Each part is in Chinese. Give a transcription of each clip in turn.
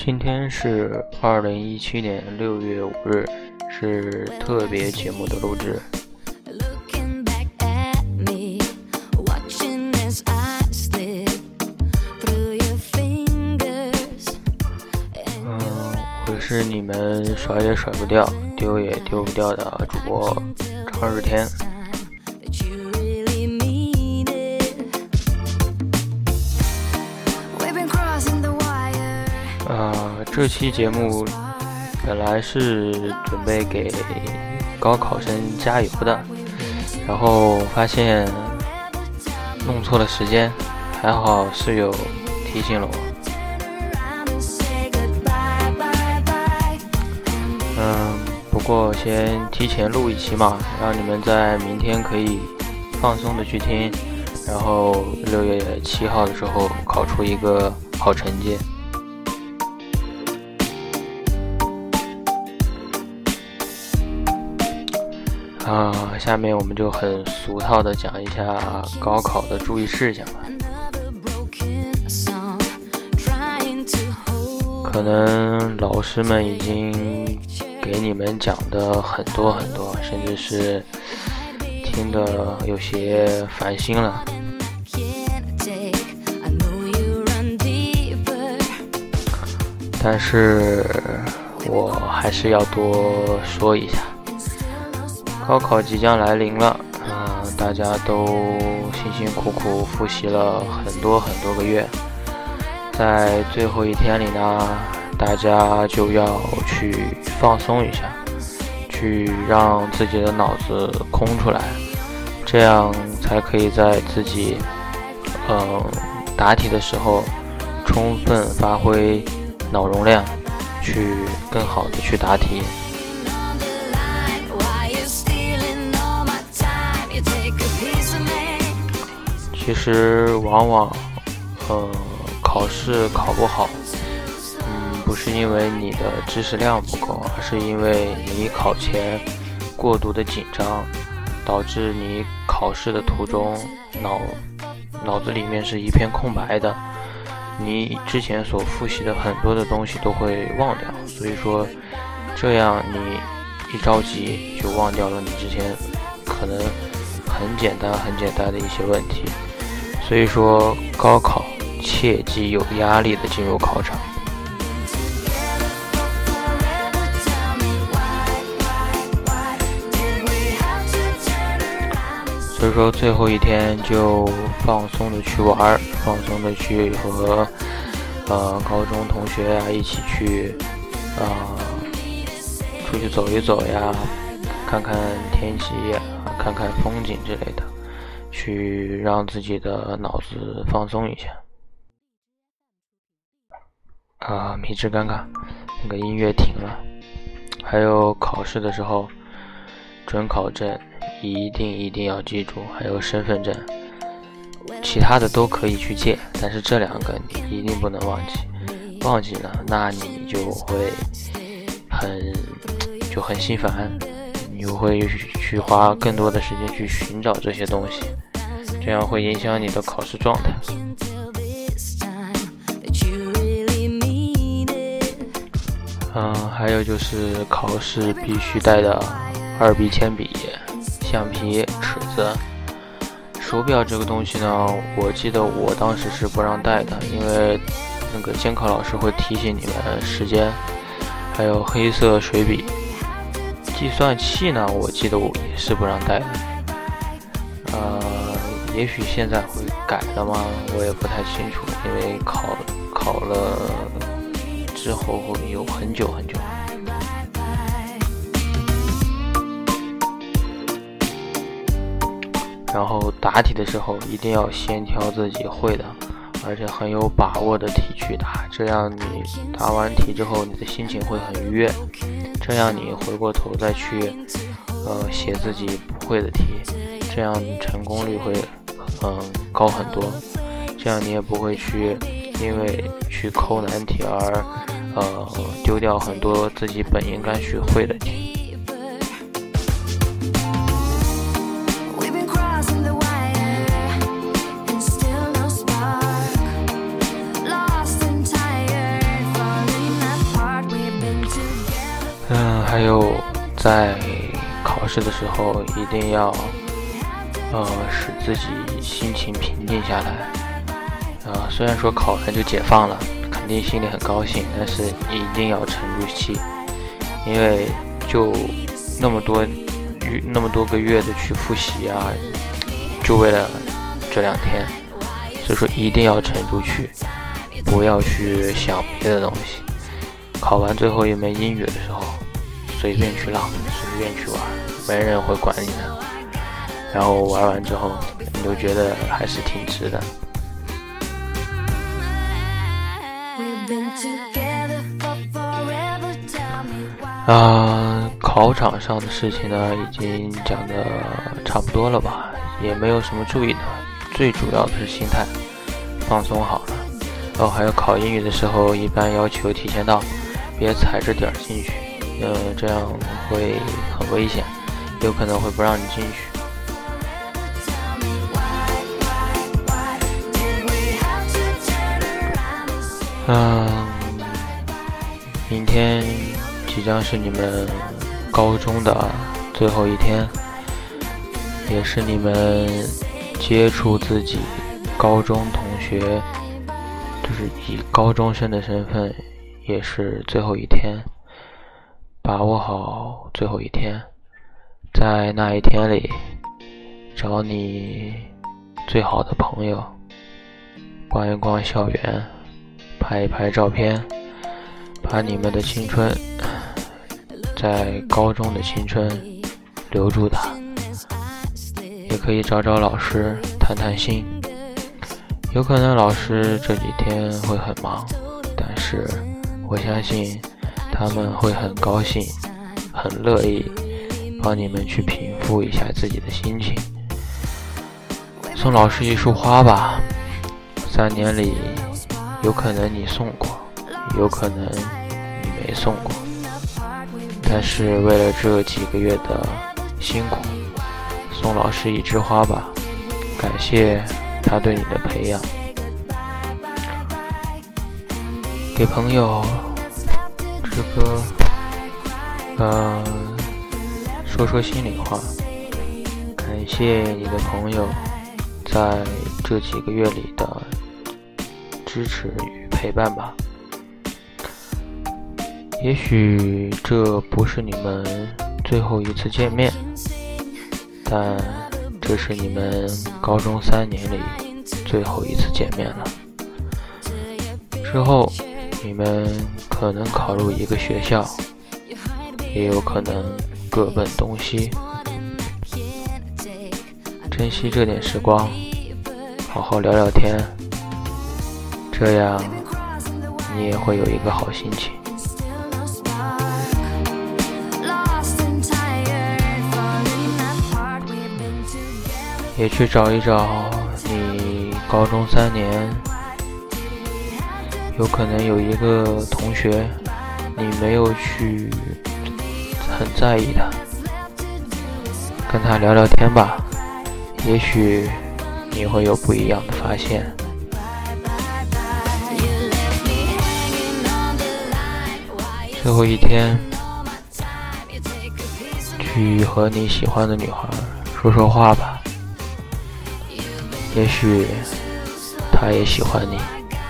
今天是2017年6月5日，是特别节目的录制。我是你们甩也甩不掉，丢也丢不掉的主播张日天。这期节目本来是准备给高考生加油的，然后发现弄错了时间，还好室友提醒了我。不过先提前录一期嘛，让你们在明天可以放松的去听，然后6月7号的时候考出一个好成绩。下面我们就很俗套的讲一下高考的注意事项吧。可能老师们已经给你们讲的很多，甚至是听得有些烦心了。但是我还是要多说一下。高考即将来临了，大家都辛辛苦苦复习了很多个月，在最后一天里呢，大家就要去放松一下，去让自己的脑子空出来，这样才可以在自己答题的时候充分发挥脑容量，去更好的去答题。其实往往考试考不好，不是因为你的知识量不够，而是因为你考前过度的紧张，导致你考试的途中脑子里面是一片空白的，你之前所复习的很多的东西都会忘掉，所以说这样你一着急就忘掉了你之前可能很简单的一些问题。所以说高考切忌有压力的进入考场。所以说最后一天就放松的去玩，放松的去和高中同学呀一起去出去走一走呀，看看天气呀，看看风景之类的，去让自己的脑子放松一下。迷之尴尬，那个音乐停了。还有考试的时候，准考证一定要记住，还有身份证，其他的都可以去借，但是这两个你一定不能忘记。忘记了，那你就会很心烦，你会去花更多的时间去寻找这些东西，这样会影响你的考试状态。还有就是考试必须带的2B 铅笔、橡皮、尺子。手表这个东西呢，我记得我当时是不让带的，因为那个监考老师会提醒你们时间。还有黑色水笔。计算器呢，我记得我也是不让带的。也许现在会改了吗？我也不太清楚，因为考了之后会有很久。然后答题的时候一定要先挑自己会的，而且很有把握的题去答，这样你答完题之后你的心情会很愉悦，这样你回过头再去写自己不会的题，这样成功率会高很多，这样你也不会去因为去抠难题而丢掉很多自己本应该学会的题。 在考试的时候一定要使自己心情平静下来。虽然说考完就解放了，肯定心里很高兴，但是一定要沉住气，因为就那么多个月的去复习啊，就为了这2天，所以说一定要沉住去，不要去想别的东西。考完最后一门英语的时候，随便去浪，随便去玩，没人会管你的。然后玩完之后，你就觉得还是挺值的。考场上的事情呢，已经讲得差不多了吧，也没有什么注意的，最主要的是心态放松好了。然后还有考英语的时候，一般要求提前到，别踩着点进去，这样会很危险，有可能会不让你进去。明天即将是你们高中的最后一天，也是你们接触自己高中同学，就是以高中生的身份，也是最后一天。把握好最后一天，在那一天里找你最好的朋友，逛一逛校园，拍一拍照片，把你们的青春，在高中的青春留住它。也可以找找老师谈谈心，有可能老师这几天会很忙，但是我相信他们会很高兴，很乐意帮你们去平复一下自己的心情。送老师一束花吧，3年里有可能你送过，有可能你没送过，但是为了这几个月的辛苦，送老师一枝花吧，感谢他对你的培养。给朋友这个说说心里话，感谢你的朋友在这几个月里的支持与陪伴吧。也许这不是你们最后一次见面，但这是你们高中3年里最后一次见面了。之后你们可能考入一个学校，也有可能各奔东西。珍惜这点时光，好好聊聊天，这样你也会有一个好心情。也去找一找你高中3年，有可能有一个同学你没有去很在意他，跟他聊聊天吧，也许你会有不一样的发现。最后一天，去和你喜欢的女孩说说话吧，也许她也喜欢你。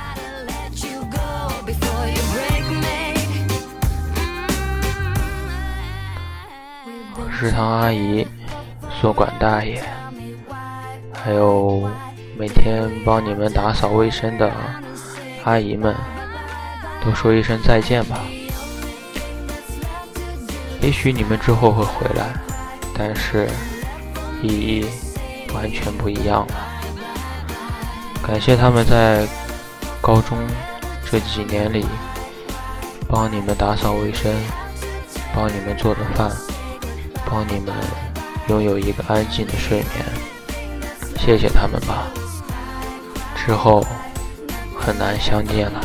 食堂阿姨、宿管大爷，还有每天帮你们打扫卫生的阿姨们，都说一声再见吧。也许你们之后会回来，但是意义完全不一样了。感谢他们在高中这几年里帮你们打扫卫生，帮你们做的饭，帮你们拥有一个安静的睡眠。谢谢他们吧，之后很难相见了。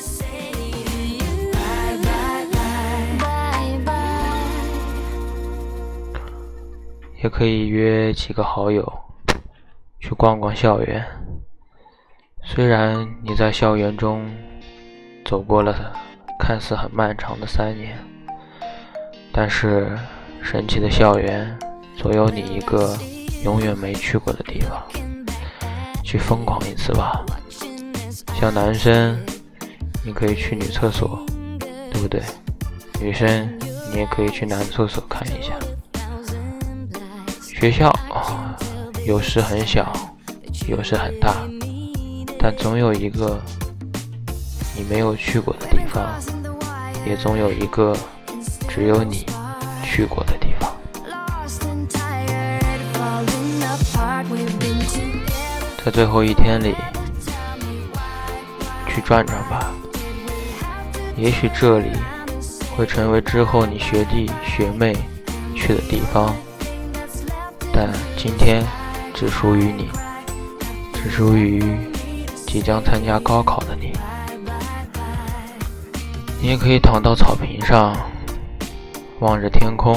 也可以约几个好友去逛逛校园，虽然你在校园中走过了看似很漫长的3年，但是神奇的校园，总有你一个永远没去过的地方，去疯狂一次吧。像男生，你可以去女厕所，对不对？女生，你也可以去男厕所看一下。学校有时很小，有时很大，但总有一个你没有去过的地方，也总有一个只有你去过的地方。在最后一天里去转转吧，也许这里会成为之后你学弟学妹去的地方，但今天只属于你，只属于即将参加高考的你。你也可以躺到草坪上，望着天空，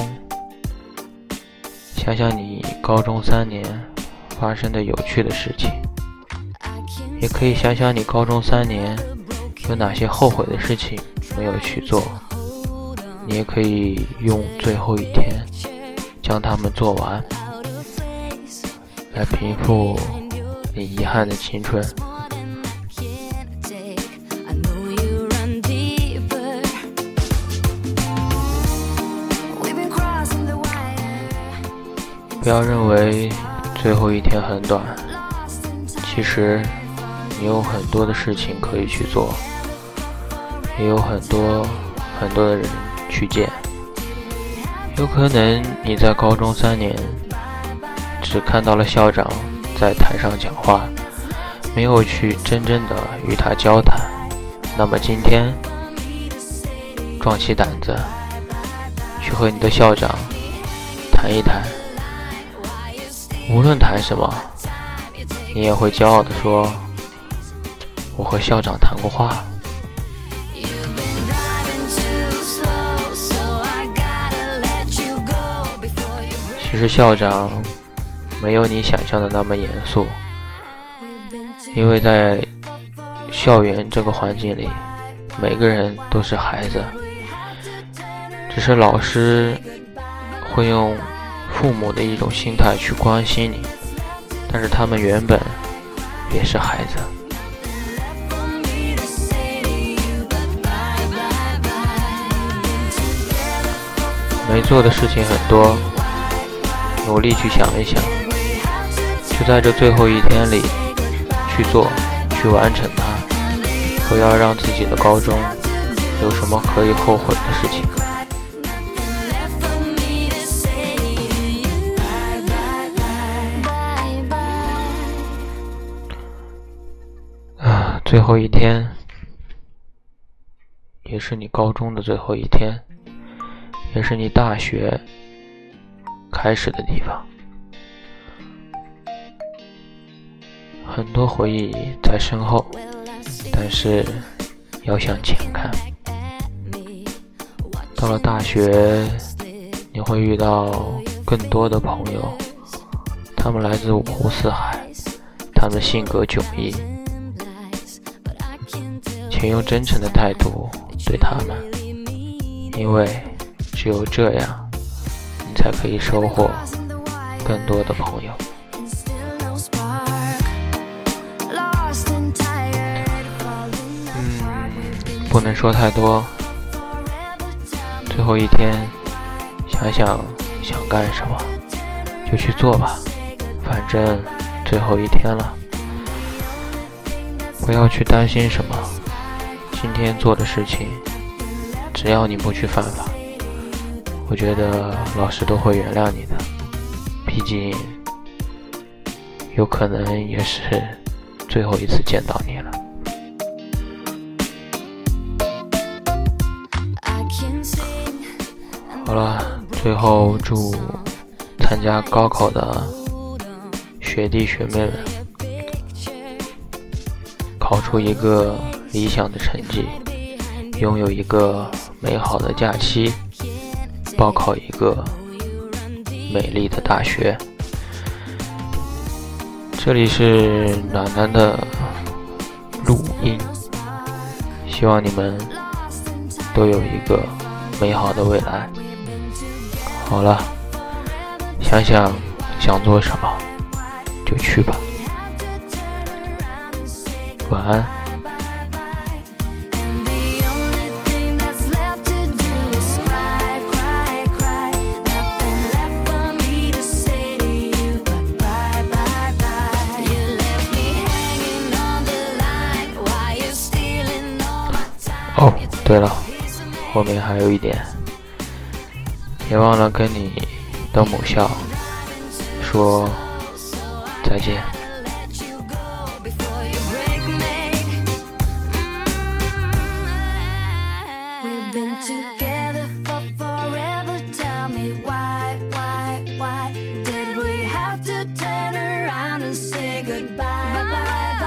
想想你高中3年发生的有趣的事情，也可以想想你高中3年有哪些后悔的事情没有去做。你也可以用最后一天将它们做完，来平复你遗憾的青春。不要认为最后一天很短，其实你有很多的事情可以去做，也有很多的人去见。有可能你在高中3年只看到了校长在台上讲话，没有去真正的与他交谈，那么今天壮起胆子去和你的校长谈一谈，无论谈什么，你也会骄傲地说，我和校长谈过话。其实校长没有你想象的那么严肃，因为在校园这个环境里，每个人都是孩子，只是老师会用父母的一种心态去关心你，但是他们原本也是孩子。没做的事情很多，努力去想一想，就在这最后一天里去做，去完成它，不要让自己的高中有什么可以后悔的事情。最后一天，也是你高中的最后一天，也是你大学开始的地方。很多回忆在身后，但是要向前看。到了大学，你会遇到更多的朋友，他们来自五湖四海，他们性格迥异，请用真诚的态度对他们，因为只有这样，你才可以收获更多的朋友。不能说太多，最后一天想想想干什么就去做吧，反正最后一天了，不要去担心什么，今天做的事情只要你不去犯法，我觉得老师都会原谅你的，毕竟有可能也是最后一次见到你了。好了，最后祝参加高考的学弟学妹们考出一个理想的成绩，拥有一个美好的假期，报考一个美丽的大学。这里是暖暖的录音，希望你们都有一个美好的未来。 好了，想想想做什么就去吧，晚安。哦，对了，后面还有一点，别忘了跟你的母校说再见。